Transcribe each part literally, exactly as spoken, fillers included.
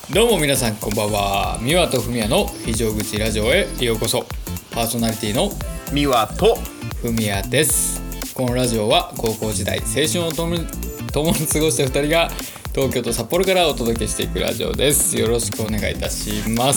どうも皆さんこんばんは。三輪とふみやの非常口ラジオへようこそ。パーソナリティの三輪とふみやです。このラジオは高校時代青春を共に共に過ごしたふたりが東京と札幌からお届けしていくラジオです。よろしくお願いいたします。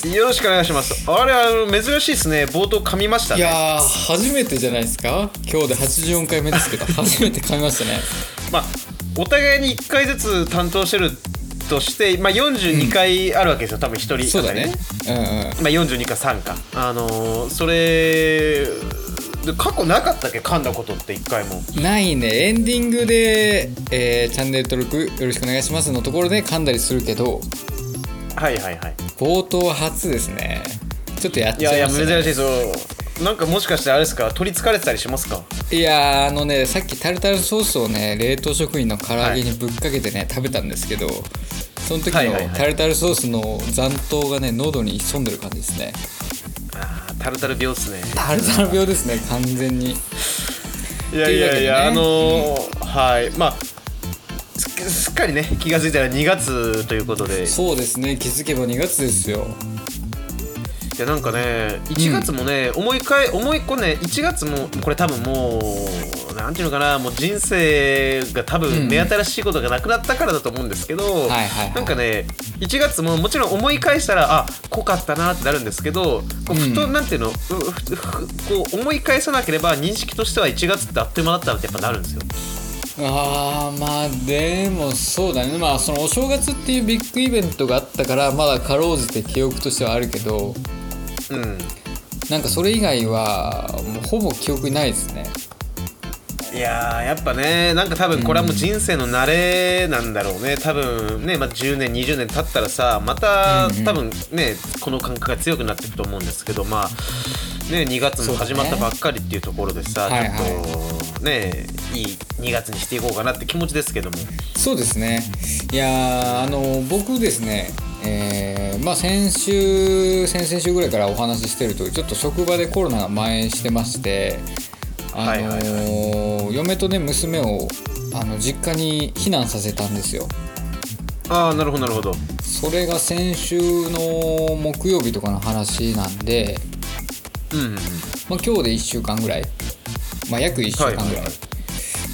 よろしくお願いします。あれあの珍しいですね。冒頭噛みましたね。 いやー初めてじゃないですか。今日ではちじゅうよんかいめですけど初めて噛みましたね。 まあお互いにいっかいずつ担当してるとして、まあ、よんじゅうにかいあるわけですよ、うん、多分ひとりそうだね、うんうん、 まあ、よんじゅうにかさんかあのー、それ過去なかったっけ、噛んだことっていっかいもないね。エンディングで、えー、チャンネル登録よろしくお願いしますのところで噛んだりするけど、 はいはいはい、 冒頭は初ですね。ちょっとやっちゃいましたね。 いやいや珍しいですよ。なんかもしかしてあれですか、取りつかれてたりしますか？ いやあのね、さっきタルタルソースをね冷凍食品の唐揚げにぶっかけてね、はい、食べたんですけど、その時のタルタルソースの残党がね喉に潜んでる感じですね。 あータルタル病ですね。 タルタル病ですね、完全に。 いやいやいや、ね、あのーうん、はいまあす, すっかりね気がついたらにがつということで。 そうですね、気づけばにがつですよ。 いやなんかねいちがつもね、うん、思い返思いこねいちがつもこれ多分もうなんていうのかな、もう人生が多分目新しいことがなくなったからだと思うんですけど、うん、なんかねいちがつももちろん思い返したらあ濃かったなってなるんですけど、こうふと、うん、なんていうのこう思い返さなければ認識としてはいちがつってあっという間だったなってやっぱなるんですよ。 あーまあでもそうだね。まあそのお正月っていうビッグイベントがあったからまだかろうじて記憶としてはあるけど、うん、なんかそれ以外はもうほぼ記憶にないですね。 いやーやっぱねなんか多分これはもう人生の慣れなんだろうね、うん、多分ね、まあ、じゅうねんにじゅうねん経ったらさまた、うんうん、多分ねこの感覚が強くなっていくと思うんですけど、まあねにがつも始まったばっかりっていうところでさ、ね、ちょっとねいいにがつにしていこうかなって気持ちですけども。 そうですね。いやあの僕ですね、えーまあ、先週先々週ぐらいからお話ししてるとちょっと職場でコロナが蔓延してまして、あのーはいはいはい、嫁とね娘をあの実家に避難させたんですよ。 ああなるほどなるほど。 それが先週の木曜日とかの話なんで、うんうんうんまあ、今日でいっしゅうかんぐらい、まあ、約いっしゅうかんぐらい、はいはいはい、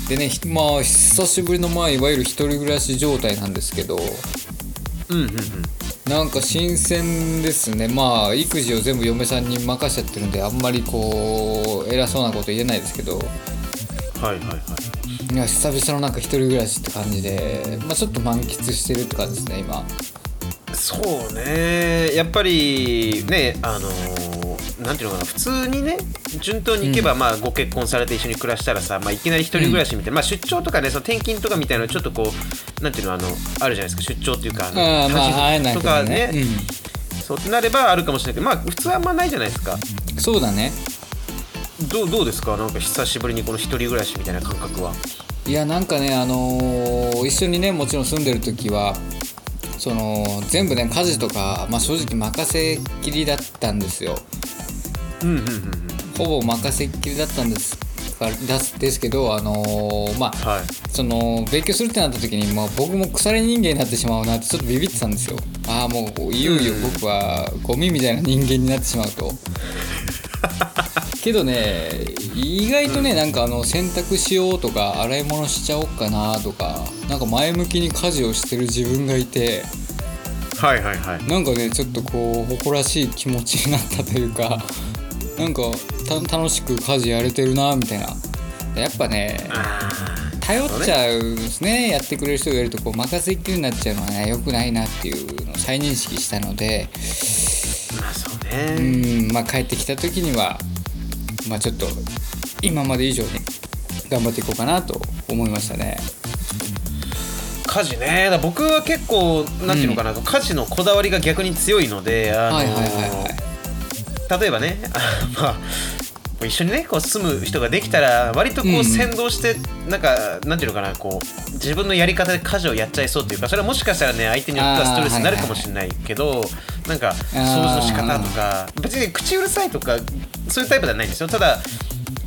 でね、まあ久しぶりのまあいわゆる一人暮らし状態なんですけど、うんうんうん、なんか新鮮ですね。まあ育児を全部嫁さんに任せちゃってるんであんまりこう偉そうなこと言えないですけど、はいはいはい、 いや久々のなんか一人暮らしって感じで、まあ、ちょっと満喫してるって感じですね今。 そうねやっぱりねあのー、なんていうのかな、普通にね順当にいけば、うん、まあご結婚されて一緒に暮らしたらさ、まあ、いきなり一人暮らしみたいな、うんまあ、出張とかねその転勤とかみたいなのちょっとこうなんていうのあのあるじゃないですか、出張っていうかあのあまあ会えないとかね、 うん、 そうなればあるかもしれないけどまあ普通はあんまないじゃないですか。 そうだね。 どう、どうですか、なんか久しぶりにこの一人暮らしみたいな感覚は。 いやなんかねあのー、一緒にねもちろん住んでる時はその全部ね家事とか、まあ、正直任せっきりだったんですよ。うんうんうんうん、ほぼ任せっきりだったんですですけど、あのー、まあ、はい、その勉強するってなった時に、まあ、僕も腐れ人間になってしまうなってちょっとビビってたんですよ。ああもういよいよ僕はゴミみたいな人間になってしまうとけどね意外とねなんかあの洗濯しようとか洗い物しちゃおうかなとかなんか前向きに家事をしてる自分がいて、 はいはいはい、 なんかねちょっとこう誇らしい気持ちになったというかなんかた楽しく家事やれてるなみたいな。やっぱね頼っちゃうんですね。やってくれる人がいるとこう任せっきりになっちゃうのはね良くないなっていうのを再認識したので、 まあそうね、 うんまあ帰ってきた時にはまあちょっと今まで以上に頑張っていこうかなと思いましたね。 家事ね、だ僕は結構なんていうのかな、うん、家事のこだわりが逆に強いので、あのーはいはいはいはい、例えばねまあ一緒にねこう住む人ができたら割とこう先導して、うん、なんかなんていうのかなこう自分のやり方で家事をやっちゃいそうっていうか、それはもしかしたらね相手によってはストレスになるかもしれないけど、はいはいはい、なんか掃除の仕方とか別に口うるさいとかそういうタイプではないんですよ。ただ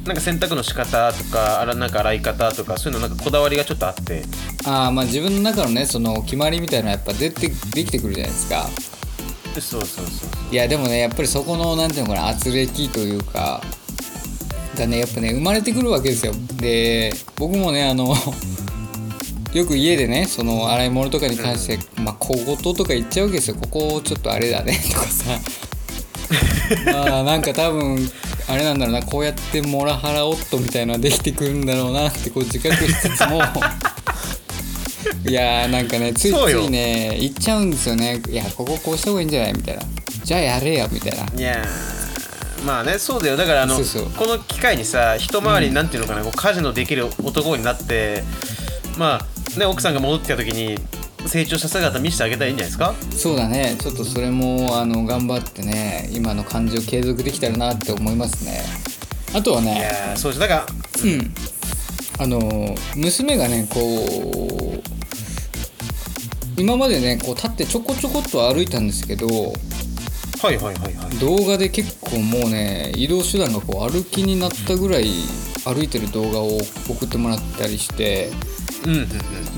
なんか洗濯の仕方とか、あらなんか洗い方とかそういうのなんかこだわりがちょっとあって。 ああ、まあ自分の中のねその決まりみたいなのやっぱ出てできてくるじゃないですか。 そうそうそう。 いやでもねやっぱりそこのなんていうのかな、圧力というかがねやっぱね生まれてくるわけですよ。で僕もねあのよく家でねその洗い物とかに関して、うん、まあ小言とか言っちゃうわけですよ。ここちょっとあれだねとかさまあなんか多分あれなんだろうな、こうやってモラハラ夫みたいなのができてくるんだろうなってこう自覚しつつもいやーなんかねついついね言っちゃうんですよね。いやこここうした方がいいんじゃないみたいな、じゃあやれやみたいな。 いやまあねそうだよ。だからあのそうそうこの機会にさ一回りなんていうのかな、こう家事のできる男になってまあね奥さんが戻ってきた時に成長した姿見せてあげたらいいんじゃないですか。 そうだね、ちょっとそれもあの頑張ってね今の感じを継続できたらなって思いますね。あとはね、 いやそうです。だからうんあの娘がねこう今までねこう立ってちょこちょこっと歩いたんですけど、 はいはいはいはい、 動画で結構もうね移動手段がこう歩きになったぐらい歩いてる動画を送ってもらったりして、 うんうんうん、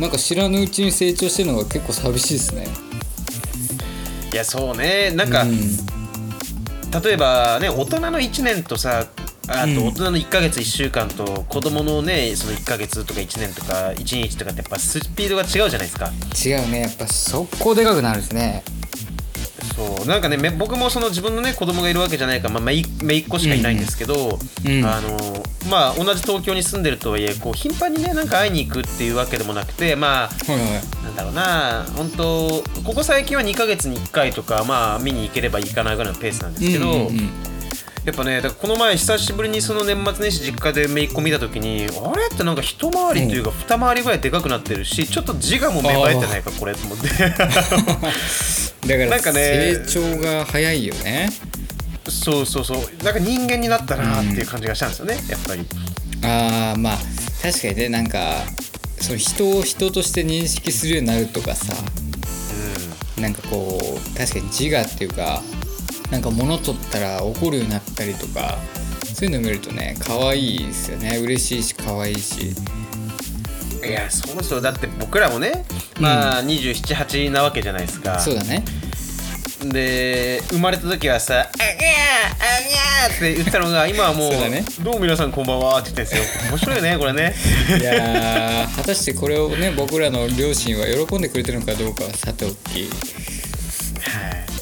なんか知らぬうちに成長してるのが結構寂しいですね。 いやそうね、なんか、うん、例えばね大人のいちねんとさあと大人のいっかげついっしゅうかんと子供のねそのいっかげつとかいちねんとかいちにちとかってやっぱスピードが違うじゃないですか。 違うね、やっぱ速攻でかくなるんですね。 そうなんかね僕もその自分のね子供がいるわけじゃないから、まあ、姪っ子しかいないんですけど、うんうん、あのまあ同じ東京に住んでるとはいえこう頻繁にねなんか会いに行くっていうわけでもなくて、まあ、はいはい、なんだろうな本当ここ最近はにかげつにいっかいとかまあ見に行ければいいかなぐらいのペースなんですけど、うんうんうん、やっぱねだからこの前久しぶりにその年末年始実家で姪っ子見た時にあれってなんか一回りというか二回りぐらいでかくなってるし、ちょっと自我も芽生えてないかこれと思ってだからなんか、ね、成長が早いよね。 そうそうそう、なんか人間になったなっていう感じがしたんですよね、うん、やっぱり。 あーまあ確かにね、なんかその人を人として認識するようになるとかさ、うん、なんかこう確かに自我っていうかなんか物取ったら怒るようになったりとかそういうの見るとね可愛いですよね。嬉しいし可愛いし。 いやそうそう、だって僕らもねまあにじゅうなな、はちなわけじゃないですか。 そうだね。 で生まれた時はさ「あにゃーあにゃー」って言ったのが今はもう「ね、どうも皆さんこんばんは」って言ってるんですよ。面白いよねこれね。 いや果たしてこれをね僕らの両親は喜んでくれてるのかどうかはさておき、はい、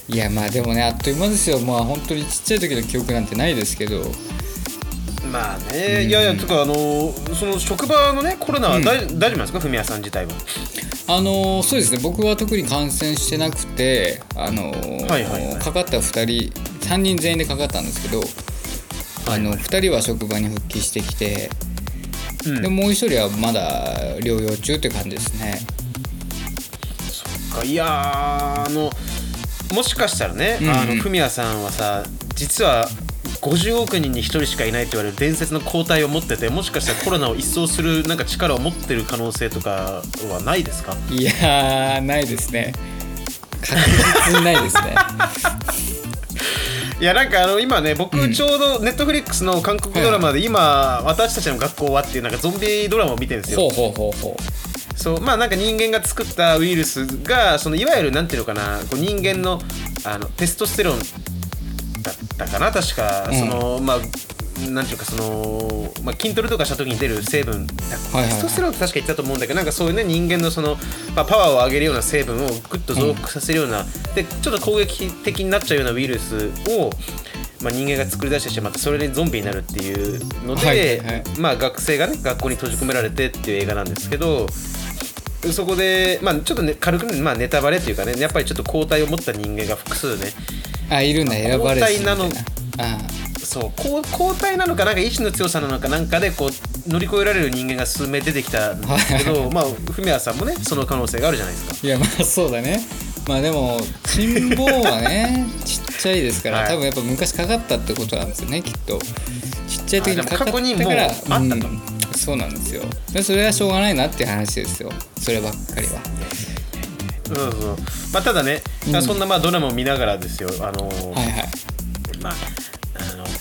いやまあでもねあっという間ですよ。まあ本当にちっちゃい時の記憶なんてないですけど、 まあね、うん、いやいやとかあのその職場のねコロナは大、うん、大丈夫なんですか、文也さん自体は。 あのそうですね、僕は特に感染してなくて、あの、はいはいはい、かかったふたりさんにん全員でかかったんですけど、あのふたりは職場に復帰してきて、うん、でもうひとりはまだ療養中って感じですね。 そっか、いやあのもしかしたらね、うんうん、あの文也さんはさ実はごじゅうおくにんにひとりしかいないと言われる伝説の抗体を持ってて、もしかしたらコロナを一掃するなんか力を持ってる可能性とかはないですか？ いやーないですね、確実にないですね。 いやなんかあの今ね僕ちょうどネットフリックスの韓国ドラマで今、うん、私たちの学校はっていうなんかゾンビドラマを見てるんですよ。 ほうほうほうほう。 そうまあなんか人間が作ったウイルスがそのいわゆるなんていうのかな、こう人間のあのテストステロンだったかな確か、うん、そのまあなんていうかその、まあ、筋トレとかした時に出る成分、はいはいはい、テストステロンって確か言ったと思うんだけど、なんかそういうね人間のその、まあ、パワーを上げるような成分をグッと増幅させるような、うん、でちょっと攻撃的になっちゃうようなウイルスを、まあ、人間が作り出してしまってそれでゾンビになるっていうので、はいはいはい、まあ、学生がね学校に閉じ込められてっていう映画なんですけど、そこで、まあ、ちょっと、ね、軽く、まあ、ネタバレというかね、やっぱりちょっと抗体を持った人間が複数ねあいるんだ、選ばれてるみたいな。 あそう抗体なのかなんか意志の強さなのかなんかでこう乗り越えられる人間が数名出てきたんですけどまあ文也さんもねその可能性があるじゃないですか。 いやまあそうだね。まあでも心房はねちっちゃいですから、はい、多分やっぱ昔かかったってことなんですよねきっと。ちっちゃい時にかかったから、あったと、うん、そうなんですよ。でそれはしょうがないなっていう話ですよ、そればっかりは。 うんうんまあ、ただね、うん、そんなまあドラマを見ながらですよ、あのー、はいはい、まああの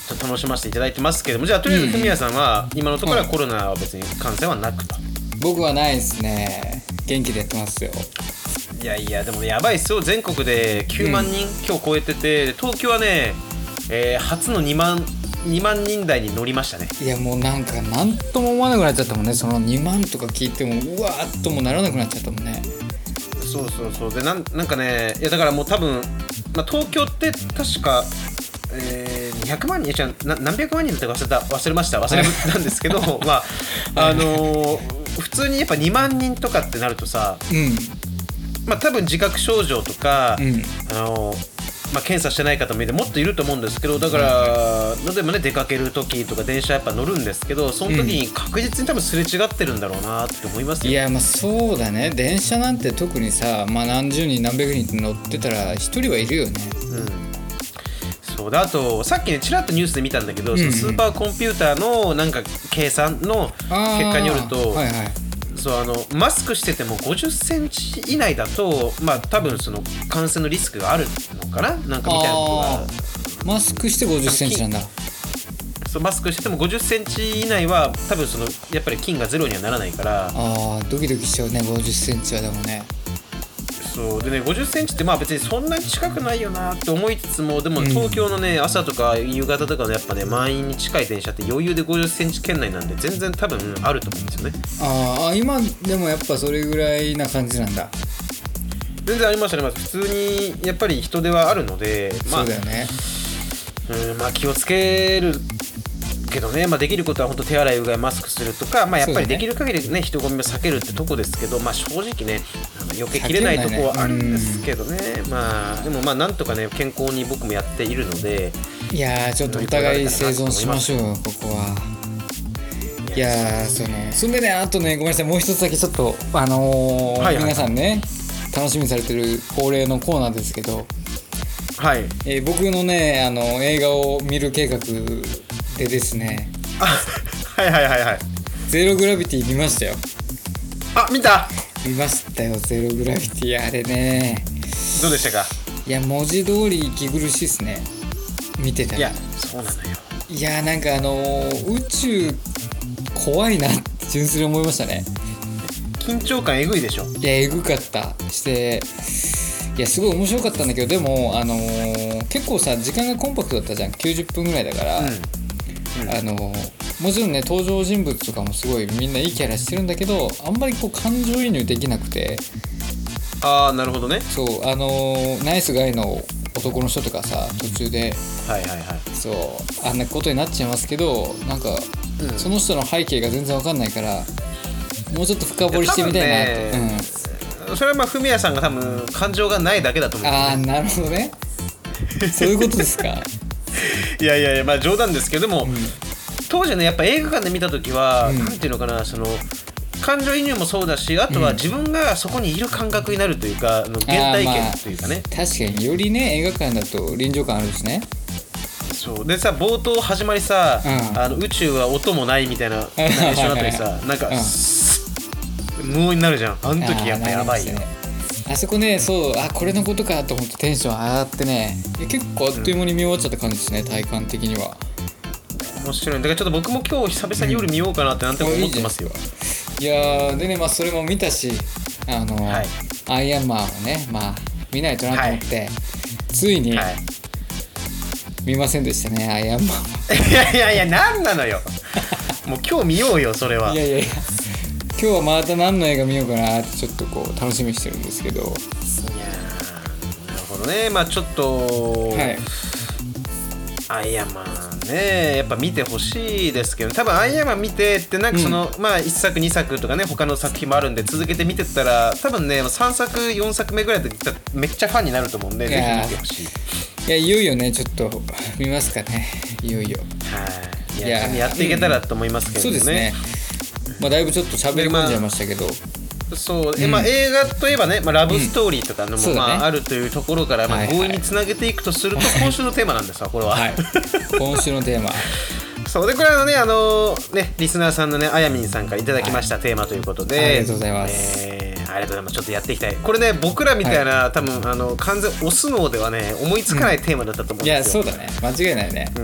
ちょっと楽しませていただいてますけども、じゃあとりあえずふみやさんは今のところはコロナは別に感染はなくと、 うん、僕はないですね。元気でやってますよ。 いやいやでもやばいっすよ。全国できゅうまんにん、うん、今日超えてて、東京はね、えー、初のにまんにまんにん台に乗りましたね。 いやもうなんか何とも思わなくなっちゃったもんね。そのにまんとか聞いてもうわーっともならなくなっちゃったもんね。 そうそうそう。でなんなんかね、いやだからもう多分、まあ、東京って確か、えー、にひゃくまんにん、じゃな何百万人だったか忘れた忘れました忘れたんですけどまああのー、普通にやっぱにまんにんとかってなるとさ、うん、まあ多分自覚症状とか、うん、あのーまあ、検査してない方もいてもっといると思うんですけど、だから例えばね出かける時とか電車やっぱ乗るんですけど、その時に確実に多分すれ違ってるんだろうなって思いますよ、 いやまあそうだね。電車なんて特にさ、まあ、何十人何百人って乗ってたら一人はいるよね。 うん、そうであとさっきねちらっとニュースで見たんだけど、うんうん、そのスーパーコンピューターのなんか計算の結果によると、はいはい、そうあのマスクしててもごじゅっセンチ以内だと、まあ多分その感染のリスクがあるのかな、なんかみたいなことが。 マスクしてごじゅっセンチなんだ。 そうマスクしててもごじゅっセンチ以内は多分そのやっぱり菌がゼロにはならないから。 ああドキドキしちゃうねごじゅっセンチは。でもねそうでねごじゅっセンチってまあ別にそんなに近くないよなって思いつつも、でも東京のね、うん、朝とか夕方とかのやっぱね満員に近い電車って余裕でごじゅっセンチ圏内なんで全然多分あると思うんですよね。 ああ今でもやっぱそれぐらいな感じなんだ。 全然ありますあります。普通にやっぱり人手はあるので、まあ、 そうだよね。 うんまあ気をつけるけどね、まあ、できることは本当手洗いうがいマスクするとか、まあ、やっぱりできる限りね人混みを避けるってとこですけど、まあ、正直ね避けきれないとこはあるんですけどね、まあでもまあなんとかね健康に僕もやっているので、 いやーちょっとお互い生存しましょうよここは。いやーそのそんでねあとねごめんなさいもう一つだけちょっとあのーはいはい、皆さんね楽しみにされてる恒例のコーナーですけど、 はいえー、僕のねあの映画を見る計画でですね、 あはいはいはいはいゼログラビティ見ましたよ。 あ見た見ましたよゼログラビティ。あれねどうでしたか。 いや文字通り息苦しいですね見てたら。 いやそうなのよ。 いやなんかあのー、宇宙怖いなって純粋に思いましたね。 緊張感えぐいでしょ。 いやえぐかったしていやすごい面白かったんだけど、でもあのー、結構さ時間がコンパクトだったじゃん。きゅうじゅっぷんぐらいだから、うんうん、あのー、もちろんね登場人物とかもすごいみんないいキャラしてるんだけど、あんまりこう感情移入できなくて。 ああなるほどね。 そうあのー、ナイスガイの男の人とかさ途中で、 はいはいはい、 そうあんなことになっちゃいますけど、なんか、うん、その人の背景が全然わかんないからもうちょっと深掘りしてみたいなって、ねうん、それはまあフミヤさんが多分感情がないだけだと思う、ね、 ああなるほどねそういうことですかいやいやいやまあ冗談ですけども、うん、当時ねやっぱ映画館で見た時は、うん、なんていうのかなその感情移入もそうだし、あとは自分がそこにいる感覚になるというか、うん、原体験というかね、 まあ、確かによりね映画館だと臨場感あるんですね。 そうでさ冒頭始まりさ、うん、あの宇宙は音もないみたいなナレーションあったりさなんか、うん、無音になるじゃん。あの時やっぱやばいよ。 あ,、ね、 あそこねそうあこれのことかと思ってテンション上がってね結構あっという間に見終わっちゃった感じですね、うん、体感的には。 面白い。だからちょっと僕も今日久々に夜見ようかなってなんて思ってますよ、 うん、いやーでねまあそれも見たしあの、はい、アイアンマンをねまあ見ないとなと思って、はい、ついに、はい、見ませんでしたねアイアンマンは。 いやいやいや何なのよもう今日見ようよそれは。 いやいやいや今日はまた何の映画見ようかなってちょっとこう楽しみにしてるんですけど。いやなるほどね。まあちょっと、はい、アイアンマンねやっぱ見てほしいですけど、多分アイアンマン見てってなんかその、うん、まあいっさくにさくとかね他の作品もあるんで続けて見てったら多分ねさんさくよんさくめぐらいでめっちゃファンになると思うんでぜひ見てほしい。 いやいよいよねちょっと見ますかねいよいよ。 はいいややっていけたらと思いますけどね、うん、そうですね。 まあだいぶちょっと喋り込んじゃいましたけど、 そうえまあ、映画といえばね、まあ、ラブストーリーとかのも、うんまあね、あるというところから、まあ、強引につなげていくとすると、はいはい、今週のテーマなんですわこれは、はい、 今週のテーマそうでこれはねあのー、ねリスナーさんのねあやみんさんからいただきました、はい、テーマということでありがとうございます、 えー、ありがとうございます。ちょっとやっていきたい。これね僕らみたいな、はい、多分あの完全オス脳ではね思いつかないテーマだったと思うんですよ、 うん、いやそうだね間違いないね、 うん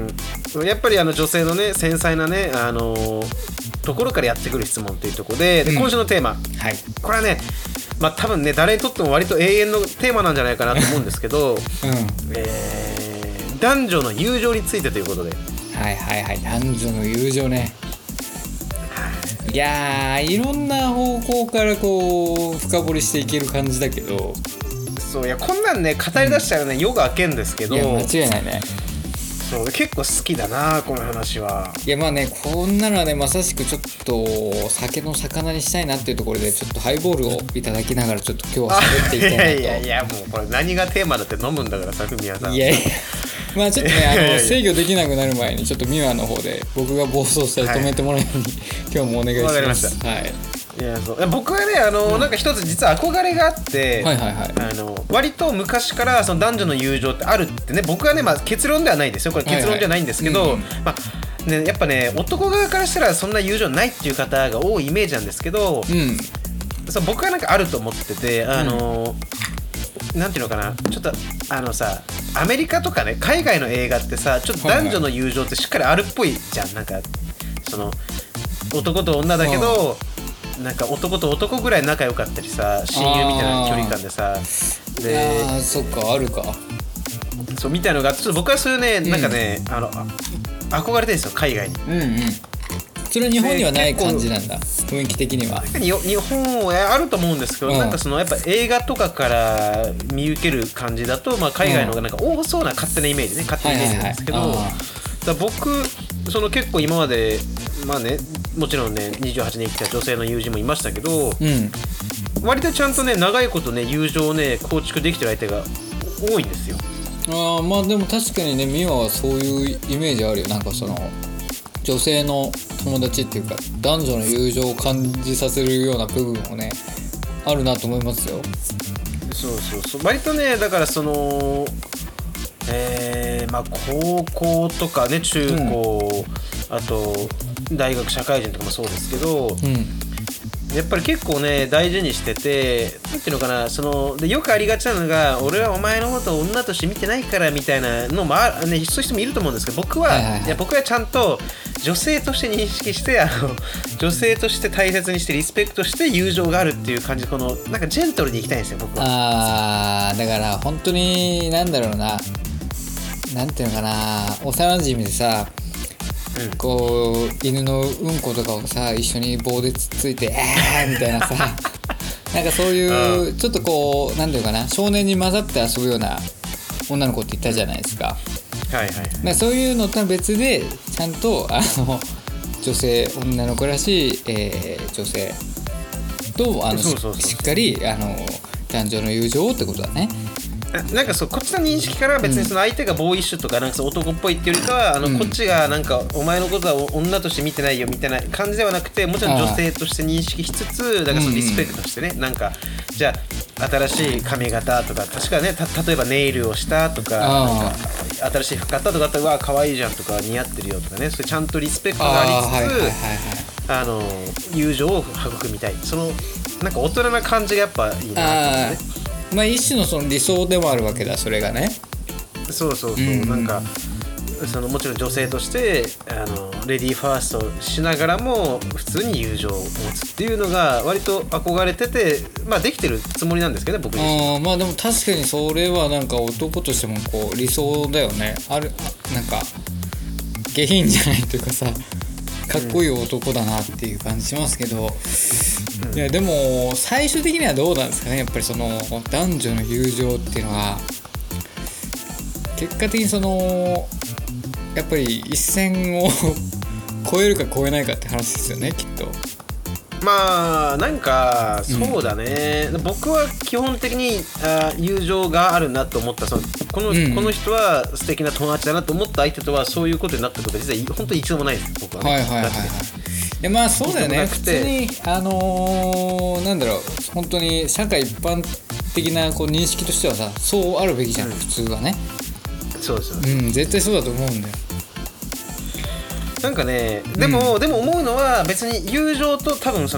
やっぱりあの女性のね繊細なねあのところからやってくる質問というところ で, で、うん、今週のテーマ、はい、これはねまあ多分ね誰にとっても割と永遠のテーマなんじゃないかなと思うんですけど、うんえー、男女の友情についてということで。 はいはいはい、男女の友情ね。いやーいろんな方向からこう深掘りしていける感じだけど、 そういやこんなんね語り出したらね、うん、夜が明けんですけど、 いや間違いないね。 そう結構好きだなこの話は。 いやまあねこんなのはねまさしくちょっと酒の魚にしたいなっていうところでちょっとハイボールをいただきながらちょっと今日は喋っていきたいなと。いやいやいやもうこれ何がテーマだって飲むんだからさふみやさん。 いやいやまあちょっとねあの制御できなくなる前にちょっとミワの方で僕が暴走したら止めてもらうように、はい、今日もお願いします。わかりました。はい。 いやそう僕はねあの、うん、なんか一つ実は憧れがあって、はいはいはい、あの割と昔からその男女の友情ってあるってね僕はね、まあ、結論ではないですよこれ結論じゃないんですけど、はいはいうんまあね、やっぱね男側からしたらそんな友情ないっていう方が多いイメージなんですけど、うん、そう僕はなんかあると思っててあの、うん、なんていうのかなちょっとあのさアメリカとかね海外の映画ってさちょっと男女の友情ってしっかりあるっぽいじゃんなんかその男と女だけど、うん、なんか男と男ぐらい仲良かったりさ親友みたいな距離感でさであそっかあるかそうみたいなのがちょっと僕はそういうね、うん、なんかねあの憧れてるんですよ海外に。うんうんそれは日本にはない感じなんだ雰囲気的には。 日本はあると思うんですけど、うん、なんかそのやっぱ映画とかから見受ける感じだと、まあ、海外の方がなんか多そうな勝手なイメージね勝手なイメージなんですけど、はいはいはい、だ僕その結構今までまあねもちろんねにじゅうはちねん生きた女性の友人もいましたけど、うん、割とちゃんとね長いことね友情をね構築できてる相手が多いんですよ。 あまあでも確かにねミワはそういうイメージあるよ。なんかその女性の友達っていうか男女の友情を感じさせるような部分もねあるなと思いますよ。 そうそうそう割とねだからそのえー、まあ高校とかね中高、うん、あと大学社会人とかもそうですけど、うん、やっぱり結構ね大事にしててなんていうのかなそのでよくありがちなのが俺はお前のことを女として見てないからみたいなのもあ、ね、そういう人もいると思うんですけど僕は、はいはいはい、いや僕はちゃんと女性として認識してあの女性として大切にしてリスペクトして友情があるっていう感じでこのなんかジェントルにいきたいんですよ僕は。あーだから本当になんだろうななんていうのかな幼馴染でさ、うん、こう犬のうんことかをさ一緒に棒でつっついてえーみたいなさなんかそういうちょっとこうなんていうのかな少年に混ざって遊ぶような女の子って言ったじゃないですか。はいはいはい、そういうのとは別でちゃんとあの女性女の子らしい、えー、女性とあのそうそうそうしっかりあの男女の友情ってことだね。 なんかそうこっちの認識から別にその相手がボーイッシュとかなんかそう男っぽいっていうよりかはあの、うん、こっちがなんかお前のことは女として見てないよみたいな感じではなくてもちろん女性として認識しつつだからそのリスペクトしてね、うん、なんかじゃあ新しい髪型とか確かねた例えばネイルをしたとかなんか新しい服買ったとかあったらうわ可愛いじゃんとか似合ってるよとかねそれちゃんとリスペクトがありつつ あ,、はいはいはいはい、あの友情を育みたいそのなんか大人な感じがやっぱいいなと思ってね。 まあ一種のその理想でもあるわけだそれがね。 そうそうそう、うん、なんかそのもちろん女性としてあのレディーファーストしながらも普通に友情を持つっていうのが割と憧れててまあできてるつもりなんですけどね僕自身。 あまあでも確かにそれはなんか男としてもこう理想だよね。あるなんか下品じゃないというかさかっこいい男だなっていう感じしますけど、うん、いやでも最終的にはどうなんですかね。やっぱりその男女の友情っていうのは結果的にそのやっぱり一線を超えるか超えないかって話ですよねきっと。 まあなんかそうだね、うん、僕は基本的にあ友情があるなと思ったそのこの、うん、この人は素敵な友達だなと思った相手とはそういうことになったことは実は本当に一度もないです僕は、ね、はいはいはいはいでまあそうだよね普通にあのー、なんだろう本当に社会一般的なこう認識としてはさそうあるべきじゃん、うん、普通はね。 そうですよね、うん、絶対そうだと思うんだよ。 なんかねでも、うん、でも思うのは別に友情と多分その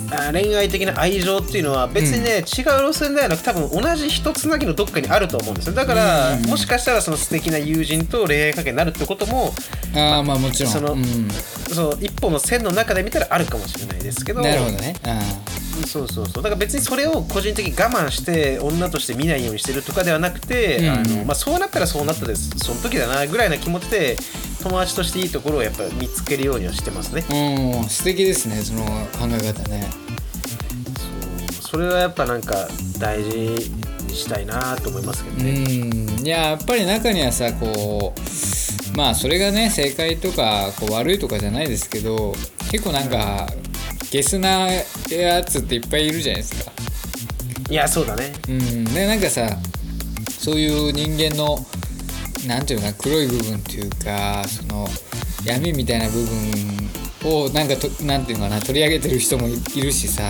恋愛的な愛情っていうのは別にね、うん、違う路線ではなく多分同じ一つなぎのどっかにあると思うんですよ。だから、うん、もしかしたらその素敵な友人と恋愛関係になるってこともあ、まあ、もちろんその、 うん、 そう一本の線の中で見たらあるかもしれないですけど。 なるほどね。 そうそうそう。だから別にそれを個人的に我慢して女として見ないようにしてるとかではなくて、うんあのまあ、そうなったらそうなったですその時だなぐらいな気持ちで友達としていいところをやっぱ見つけるようにはしてますね。 うん、素敵ですね、その考え方ね。 そう、それはやっぱなんか大事にしたいなと思いますけどね。 うん、いややっぱり中にはさこうまあそれがね正解とかこう悪いとかじゃないですけど、結構なんか、うんゲスなやつっていっぱいいるじゃないですか。 いやそうだね。 うんでなんかさそういう人間のなんていうのか黒い部分っていうかその闇みたいな部分をなんかとなんていうのかな取り上げてる人もいるしさ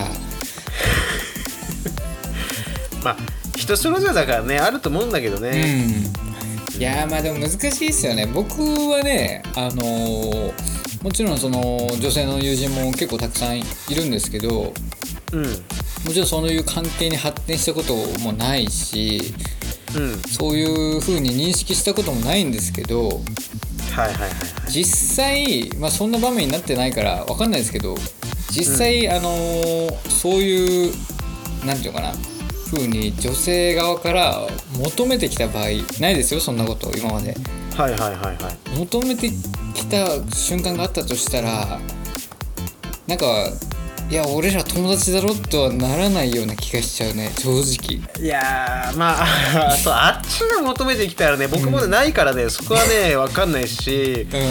まあ人それぞれだからねあると思うんだけどね。 うんいやまあでも難しいですよね。僕はねあのーもちろんその女性の友人も結構たくさんいるんですけど、うん、もちろんそういう関係に発展したこともないし、うん、そういう風に認識したこともないんですけど、はいはいはいはい、 実際、まあ、そんな場面になってないから分かんないですけど実際、うんあのー、そういうなんていうのかな風に女性側から求めてきた場合ないですよそんなこと今まで。 はいはいはいはい。 求めてきた瞬間があったとしたらなんかいや俺ら友達だろとはならないような気がしちゃうね正直。 いやまあそうあっちが求めてきたらね僕もねないからね、うん、そこはね分かんないし、うん、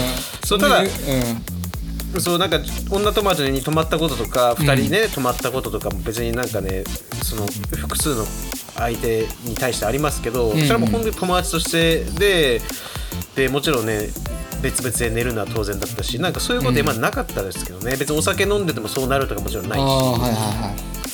そうただ、うん、そうなんか女友達に泊まったこととかふたりね、うん、泊まったこととかも別になんかねその複数の相手に対してありますけど、うんうん、それはもう本当に友達としてででもちろんね別々で寝るのは当然だったしなんかそういうこと今なかったですけどね、うん、別にお酒飲んでてもそうなるとかもちろんないし、はいはいはい、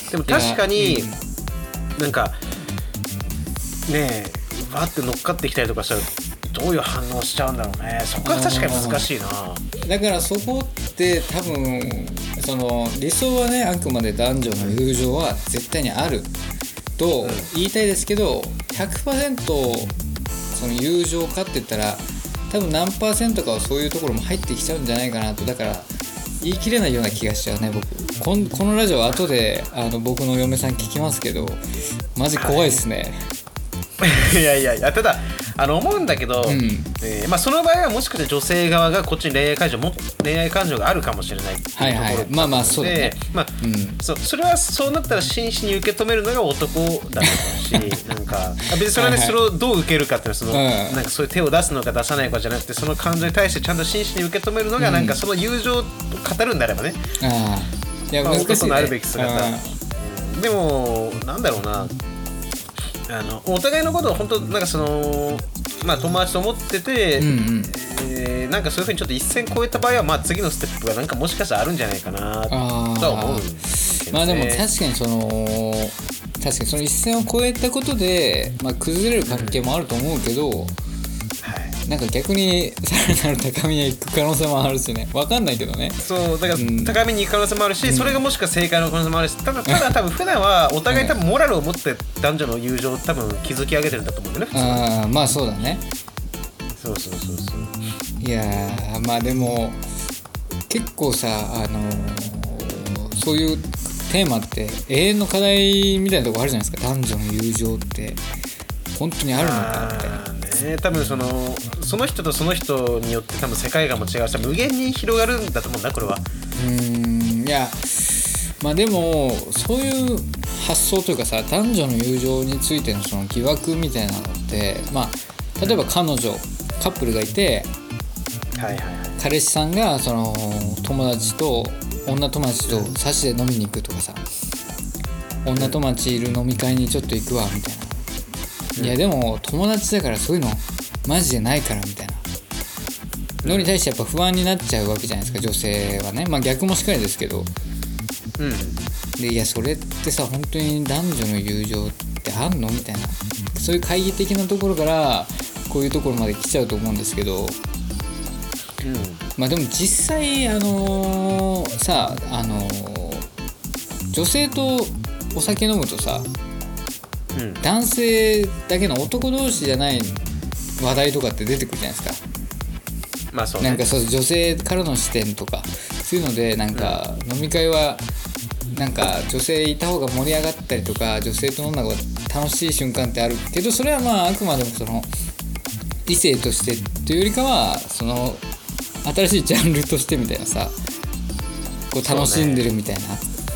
でも確かに、うん、なんかねえわって乗っかってきたりとかしたらどういう反応しちゃうんだろうね。そこは確かに難しいな。 だからそこって多分その理想はねあくまで男女の友情は絶対にあると言いたいですけど ひゃくパーセント その友情かって言ったら多分何パーセントかはそういうところも入ってきちゃうんじゃないかなと。だから言い切れないような気がしちゃうね僕。こんこのラジオは後であの僕の嫁さん聞きますけどマジ怖いですね。 いやいやいやただあの思うんだけど、うんえーまあ、その場合はもしかして女性側がこっちに恋愛感情も恋愛感情があるかもしれないっていうところで、はいはい、まあまあそうだね、まあうん、そ, それはそうなったら真摯に受け止めるのが男だと思うしなんか別にそれはねはい、はい、それをどう受けるかっていうのはその、うん、なんかそういう手を出すのか出さないかじゃなくてその感情に対してちゃんと真摯に受け止めるのが、うん、なんかその友情を語るんであればね、 あいやまあ、男のあるべき姿、うん、でもなんだろうなあのお互いのことを本当なんかそのまあ友達と思ってて、うんうんえー、なんかそういうふうにちょっと一線越えた場合はまあ次のステップがなんかもしかしたらあるんじゃないかなとは思うんですけどね。 まあでも確かにその確かにその一線を越えたことで、まあ、崩れる関係もあると思うけど、うんはい、なんか逆にさらなる高みへ行く可能性もあるしね分かんないけどね。 そうだから高みに行く可能性もあるし、うん、それがもしか正解の可能性もあるし、ただただ多分普段はお互い多分モラルを持って男女の友情を多分築き上げてるんだと思うんだよね。 ああまあそうだね。 そうそうそうそう。 いやまあでも結構さあのー、そういうテーマって永遠の課題みたいなとこあるじゃないですか。男女の友情って本当にあるのかみたいな。 ね、多分そのその人とその人によって多分世界観も違うし無限に広がるんだと思うんだこれは。 うーんいやまあでもそういう発想というかさ男女の友情についてのその疑惑みたいなのってまあ例えば彼女、うん、カップルがいて、はいはいはい、彼氏さんがその友達と女友達とサシで飲みに行くとかさ女友達いる飲み会にちょっと行くわみたいな。いやでも友達だからそういうのマジでないからみたいなのに対してやっぱ不安になっちゃうわけじゃないですか女性はね。まあ逆もしっかりですけど、うん、でいやそれってさ本当に男女の友情ってあんのみたいなそういう懐疑的なところからこういうところまで来ちゃうと思うんですけど、うん、まあでも実際あのー、さあのー、 女性とお酒飲むとさ、 うん、 男性だけの男同士じゃない話題とかって出てくるじゃないですか。 まあそうね、 なんかそう女性からの視点とかそういうのでなんか飲み会はなんか女性いた方が盛り上がったりとか女性と飲んだ方が楽しい瞬間ってあるけど、それはまああくまでもその異性としてというよりかはその新しいジャンルとしてみたいなさ、こう楽しんでるみたいな、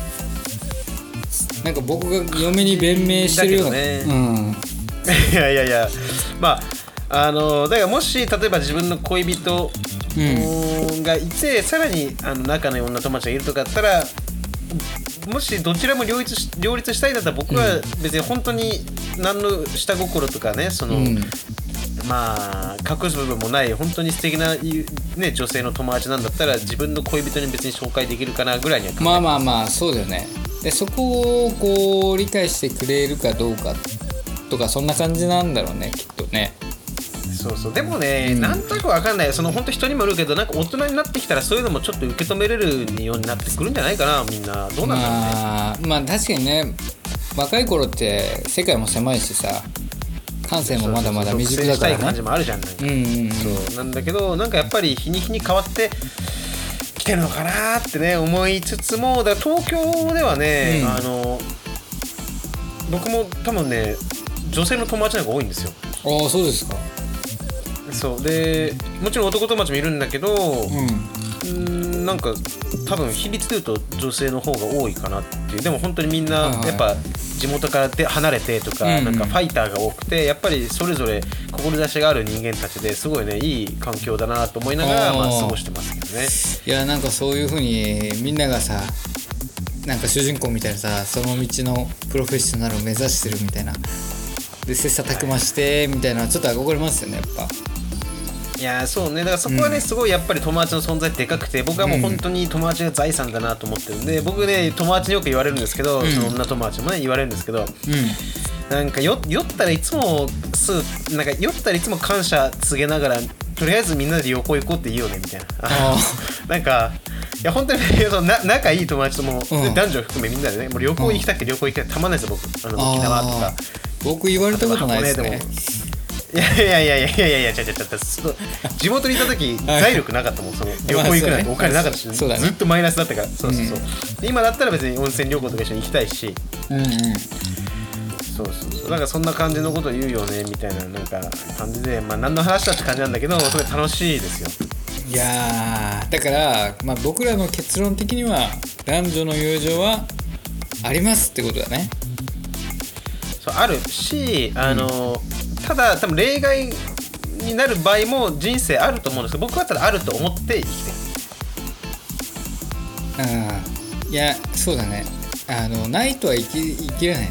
なんか僕が嫁に弁明してるような、 ね、 うん、 いやいやいや、まああのだからもし例えば自分の恋人、うん、がいてさらにあの仲のいい女友達がいるとかだったら、もしどちらも両立し、両立したいんだったら僕は別に本当に何の下心とかね、その、うん、まあ隠す部分もない本当に素敵な、ね、女性の友達なんだったら自分の恋人に別に紹介できるかなぐらいには考えてます。 まあまあまあそうだよね。でそこをこう理解してくれるかどうかとかそんな感じなんだろうねきっとね。 そうそう、でもね、うん、なんとなく分かんない、その本当人にもよるけど、なんか大人になってきたらそういうのもちょっと受け止めれるようになってくるんじゃないかな、みんな。どうなんだろうね。 まあ、まあ確かにね、若い頃って世界も狭いしさ、感性もまだまだ未熟だからね。 そうそうそう、したい感じもあるじゃん、なんか、うんうんうん、そうなんだけど、なんかやっぱり日に日に変わってきてるのかなってね思いつつも、だから東京ではね、うん、あの僕も多分ね女性の友達の方が多いんですよ。 ああそうですか。 そうでもちろん男友達もいるんだけど、うん、んなんか多分比率でいうと女性の方が多いかなっていう。でも本当にみんなやっぱ地元からで離れてとか、はいはい、なんかファイターが多くて、やっぱりそれぞれ志がある人間たちですごいねいい環境だなと思いながらまあ過ごしてますけどね。 いやなんかそういう風にみんながさなんか主人公みたいなさその道のプロフェッショナルを目指してるみたいなで切磋琢磨してみたいなちょっと憧れますよねやっぱ。 いやそうね、だからそこはね、うん、すごいやっぱり友達の存在ってでかくて、僕はもう本当に友達が財産だなと思ってるんで、僕ね友達によく言われるんですけど、うん、その女友達もね言われるんですけど、うん、なんかよ酔ったらいつもすなんか酔ったらいつも感謝告げながらとりあえずみんなで旅行行こうって言うよねみたいななんかいや本当にな仲いい友達とも、うん、男女含めみんなでねもう旅行行きたくて旅行行きたくてたまんないですよ僕。あの沖縄とか僕言われたことないですね。 いやいやいやいやいやいやちゃちゃちゃ地元にいた時財力なかったもんその旅行行くなんてお金なかったし、ね、ずっとマイナスだったから。そうそうそう、うん、今だったら別に温泉旅行とか一緒に行きたいし、うんうん、そうそうそうなんかそんな感じのこと言うよねみたいななんか感じで、まあ何の話だって感じなんだけどすごい楽しいですよ。 いやだから、まあ、僕らの結論的には男女の友情はありますってことだね。 そうあるしあの、うんただ多分例外になる場合も人生あると思うんですけど僕はただあると思って生きてる。 ああいやそうだねあのないとは生き生きれないね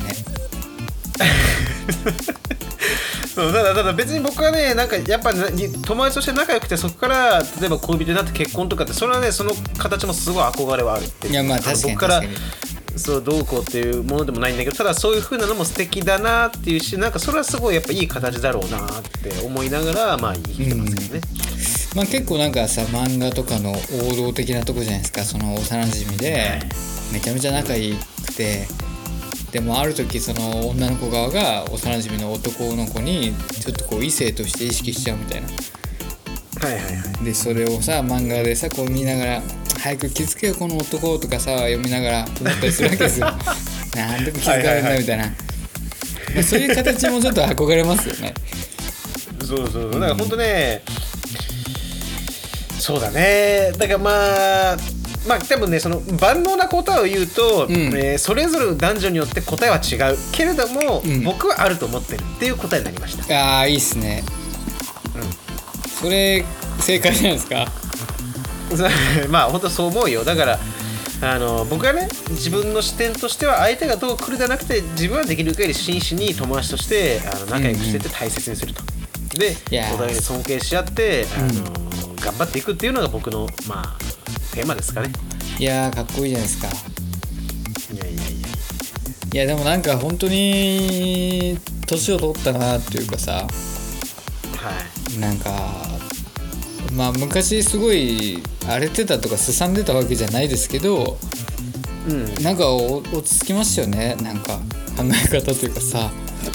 そうだから別に僕はねなんかやっぱ友達として仲良くてそこから例えば恋人になって結婚とかってそれはねその形もすごい憧れはあるって。 いやまあ確かに確かにそうどうこうっていうものでもないんだけどただそういう風なのも素敵だなっていうしなんかそれはすごいやっぱいい形だろうなって思いながらまあ生きてますけどね、 うん、まあ結構なんかさ漫画とかの王道的なとこじゃないですか。その幼馴染でめちゃめちゃ仲良くて、うん、でもある時その女の子側が幼馴染の男の子にちょっとこう異性として意識しちゃうみたいな。 はいはいはい。でそれをさ漫画でさこう見ながら早く気づけよこの男とかさ読みながら思ったりするわけですよなんでも気づかれるんだみたいな、はいはいはい、そういう形もちょっと憧れますよねそうそうだから本当ね、うん、そうだねだからまあまあ多分ねその万能な答えを言うと、うんえー、それぞれ男女によって答えは違うけれども、うん、僕はあると思ってるっていう答えになりました。 ああいいっすね、うん、それ正解じゃないですかまあ本当そう思うよ。だからあの僕はね自分の視点としては相手がどう来るじゃなくて自分はできる限り真摯に友達としてあの仲良くしてて大切にすると、うんうん、でお互いに尊敬し合ってあの、うん、頑張っていくっていうのが僕のまあテーマですかね。 いやーかっこいいじゃないですか。 いやいやいやいやでもなんか本当に年を取ったなっていうかさ、はい、なんかまあ昔すごい荒れてたとかすさんでたわけじゃないですけど、 うん、 なんかお落ち着きましたよね、なんか考え方というかさ。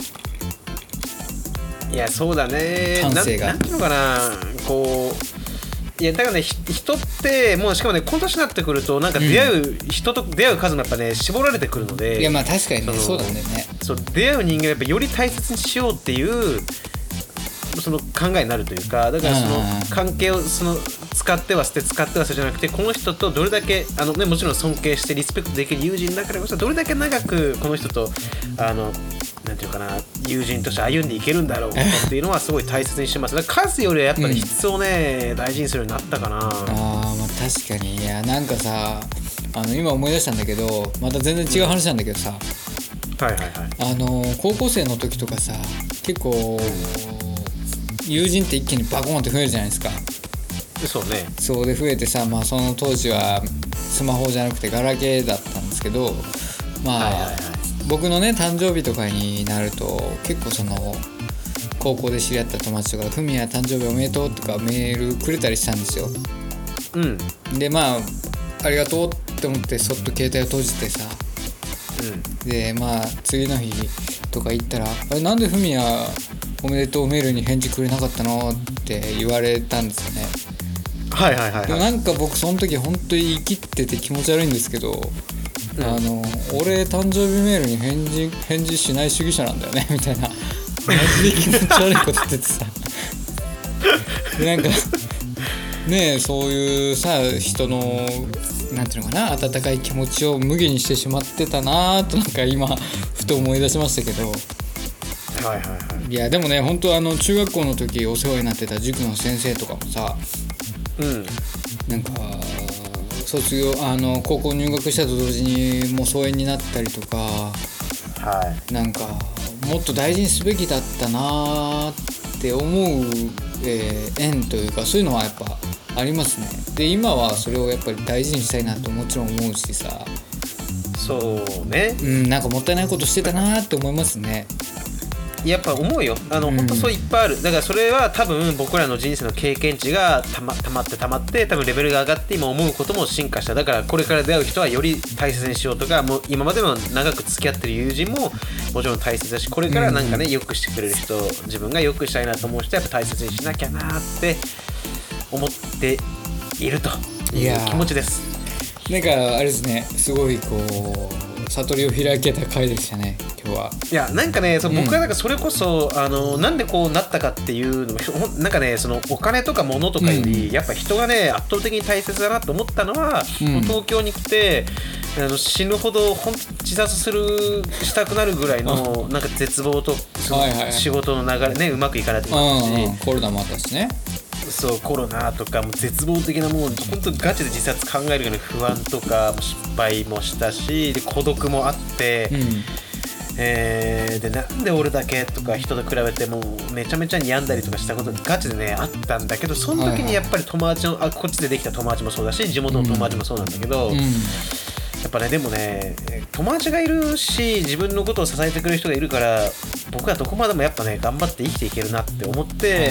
いやそうだね、 感性がな、なんていうのかな、こういやだからね、人ってもうしかもねこの年になってくるとなんか出会う、うん、人と出会う数もやっぱね絞られてくるので、 いやまあ確かにね、そうなんだよね。 そう出会う人間をやっぱより大切にしようっていうその考えになるというか、だからその関係をその使っては捨て使っては捨てじゃなくて、この人とどれだけあの、ね、もちろん尊敬してリスペクトできる友人だからこそどれだけ長くこの人とあのなんていうかな友人として歩んでいけるんだろうっていうのはすごい大切にしてます。だから数よりはやっぱり質をね、うん、大事にするようになったかな。 あー、まあ確かに。いやなんかさ、あの今思い出したんだけど、また全然違う話なんだけどさ、 うん、はいはいはい、 あの高校生の時とかさ、結構友人って一気にバコーンって増えるじゃないですか。 そうね。 そうで増えてさ、まあその当時はスマホじゃなくてガラケーだったんですけど、まあ、はいはいはい、僕のね誕生日とかになると結構その高校で知り合った友達とか「ふみや誕生日おめでとう」とかメールくれたりしたんですよ。 うん。でまあありがとうって思ってそっと携帯を閉じてさ、うん、でまあ次の日とか行ったら「あれなんでふみやおめでとうメールに返事くれなかったの?」って言われたんですよね。 はいはいはい、はい、 でもなんか僕その時本当に生きってて気持ち悪いんですけど、うん、あの俺誕生日メールに返事返事しない主義者なんだよねみたいなマジで気持ち悪いこと言っててさでなんかねえそういうさ人のなんていうのかな温かい気持ちを無限にしてしまってたなとなんか今ふと思い出しましたけど、 はいはいはい、 いやでもね本当あの中学校の時お世話になってた塾の先生とかもさ、うん、なんか卒業あの高校入学したと同時にもう疎遠になったりとか、はい、なんかもっと大事にすべきだったなって思う、えー、縁というかそういうのはやっぱありますね。で今はそれをやっぱり大事にしたいなともちろん思うしさ、 そうね、 うん、なんかもったいないことしてたなって思いますね。 やっぱ思うよ、あの、うん、本当そういっぱいある。だからそれは多分僕らの人生の経験値がたま、たまってたまって多分レベルが上がって今思うことも進化した。だからこれから出会う人はより大切にしようとか、もう今までの長く付き合ってる友人ももちろん大切だし、これからなんかね、うん、よくしてくれる人、自分がよくしたいなと思う人はやっぱ大切にしなきゃなって思っているという気持ちです。 なんかあれですね、すごいこう悟りを開けた回でしたね今日は。 いやなんかねその僕はなんかそれこそ、うん、あのなんでこうなったかっていうのもなんかねそのお金とか物とかより、うん、やっぱ人がね圧倒的に大切だなと思ったのは、うん、東京に来てあの死ぬほど本自殺するしたくなるぐらいのなんか絶望とその仕事の流れねうまくいかないとかし、 コロナもあったしね。 そうコロナとかも絶望的なもう本当ガチで自殺考えるような不安とか失敗もしたし、で孤独もあって、うんえー、でなんで俺だけとか人と比べてもうめちゃめちゃ病んだりとかしたことガチでねあったんだけど、その時にやっぱり友達のあこっちでできた友達もそうだし地元の友達もそうなんだけど、うんうんやっぱねでもね友達がいるし自分のことを支えてくれる人がいるから僕はどこまでもやっぱね頑張って生きていけるなって思って、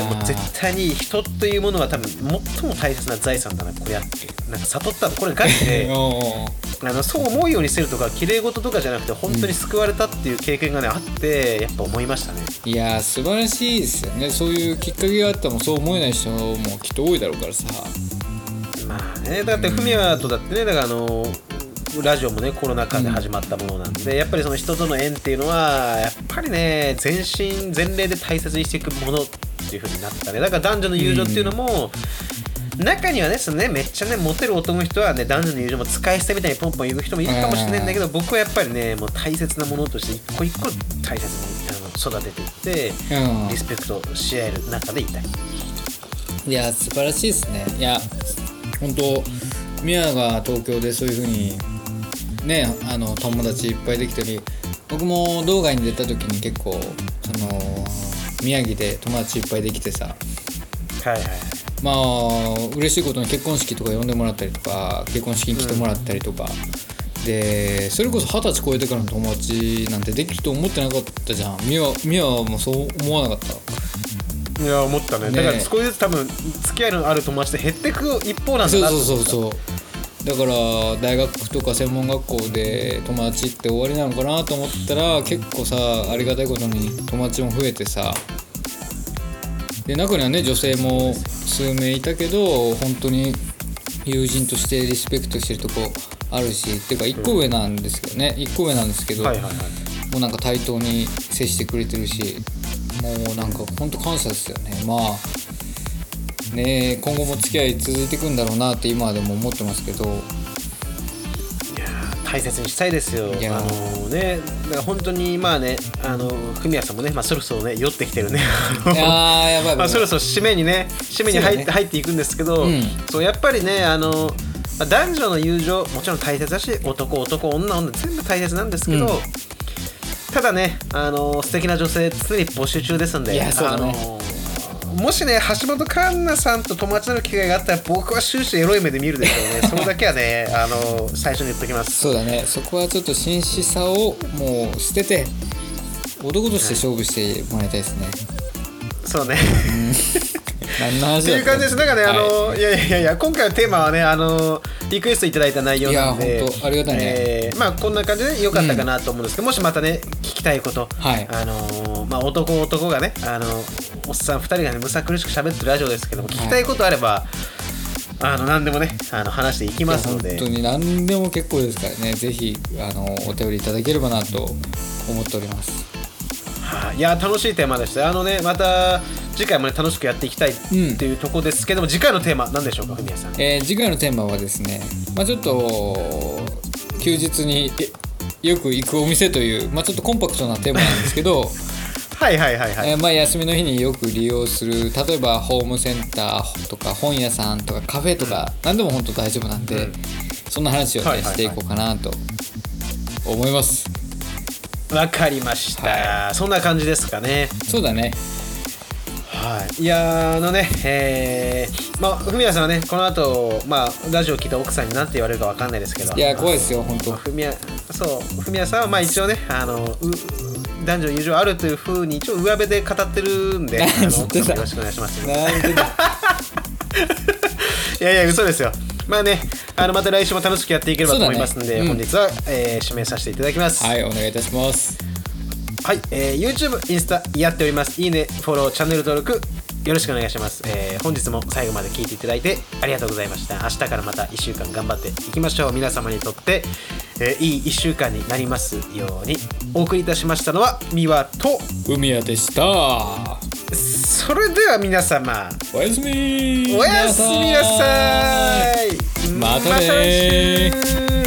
もう絶対に人というものは多分最も大切な財産だなこれやってなんか悟ったのこれガチであのそう思うようにするとか綺麗事とかじゃなくて本当に救われたっていう経験がね、うん、あってやっぱ思いましたね。 いやー素晴らしいですよね。そういうきっかけがあってもそう思えない人もきっと多いだろうからさ。 まあねだってフミヤとだってねだからあのラジオもねコロナ禍で始まったものなんで、うん、やっぱりその人との縁っていうのはやっぱりね全身全霊で大切にしていくものっていう風になったね。だから男女の友情っていうのも、うん、中にはねそのねめっちゃねモテる男の人はね男女の友情も使い捨てみたいにポンポン言う人もいるかもしれないんだけど、僕はやっぱりねもう大切なものとして一個一個大切にあの育てていって、うん、リスペクトし合える中でいたい。 いや素晴らしいですね。いや本当宮が東京でそういう風にね、あの友達いっぱいできたり、僕も道外に出た時に結構その宮城で友達いっぱいできてさ、 はいはい、 まあ嬉しいことに結婚式とか呼んでもらったりとか結婚式に来てもらったりとか、うん、でそれこそ二十歳超えてからの友達なんてできると思ってなかったじゃん。宮はもうそう思わなかった？ いや思ったね。だから少しずつ多分付き合いのある友達って減ってく一方なんだなと思った。 そうそうそうそう。 だから大学とか専門学校で友達って終わりなのかなと思ったら結構さありがたいことに友達も増えてさ、で中にはね女性も数名いたけど本当に友人としてリスペクトしてるとこあるし、っていうかいっこ上なんですけどね、いっこ上なんですけど、 はいはいはい、 もうなんか対等に接してくれてるし、もうなんか本当感謝ですよね。まあね今後も付き合い続いていくんだろうなって今でも思ってますけど、 いや大切にしたいですよ。あのね、だから本当にまあね、あのフミヤさんもね、まあ、そろそろね酔ってきてるね。 いややばい、 まあ、そろそろ締めにね締めに入って、ね、入っていくんですけど、うん、そうやっぱりねあの男女の友情もちろん大切だし、男男女女全部大切なんですけど、うん、ただねあの素敵な女性常に募集中ですんで、 いやそうだね、 あのもしね橋本環奈さんと友達になる機会があったら僕は終始エロい目で見るでしょうね。それだけはねあの最初に言っときます。 そうだね、そこはちょっと紳士さをもう捨てて男として勝負してもらいたいですね。 そうね、 うん何の話っていう感じです。だからね、あの、はい、いやいやいや今回のテーマはねあのリクエストいただいた内容なので、 いや本当ありがたいね、 えー、まあこんな感じで良かったかなと思うんですけど、うん、もしまたね聞きたいこと、 はい、 あのまあ男男がねあのおっさんふたりがねむさ苦しく喋ってるラジオですけども、聞きたいことあれば、はい、あの何でもねあの話していきますので、 本当に何でも結構ですからね、ぜひあのお便りいただければなと思っております。 いや楽しいテーマでした。あのねまた次回もね楽しくやっていきたいっていうところですけども、うん、次回のテーマ何でしょうか、ふみやさん。 えー、次回のテーマはですね、まあ、ちょっと休日によく行くお店という、まあ、ちょっとコンパクトなテーマなんですけどはいはいはいはい、 えーまあ、休みの日によく利用する、例えばホームセンターとか本屋さんとかカフェとか、うん、何でも本当大丈夫なんで、うん、そんな話を、ねはいはいはい、していこうかなと思います。 わかりました、はい、そんな感じですかね。 そうだね。 はい、いやあのね、えー、まあふみやさんはねこの後、まあラジオ聞いた奥さんに何て言われるかわかんないですけど、 いや怖いですよ本当。 ふみやそうふみやさんはまあ一応ねあの男女友情あるという風に一応上辺で語ってるんで、あの奥さんもよろしくお願いします。いやいや嘘ですよ。まあね、あのまた来週も楽しくやっていければと思いますので、ねうん、本日は、えー、指名させていただきます。 はい、お願いいたします。 はい、えー、YouTube、インスタやっております。いいね、フォロー、チャンネル登録よろしくお願いします。えー、本日も最後まで聞いていただいてありがとうございました。明日からまたいっしゅうかん頑張っていきましょう。皆様にとって、えー、いいいっしゅうかんになりますように。お送りいたしましたのはミワと海谷でした。 それでは皆様おやすみおやすみなさい。 またねー。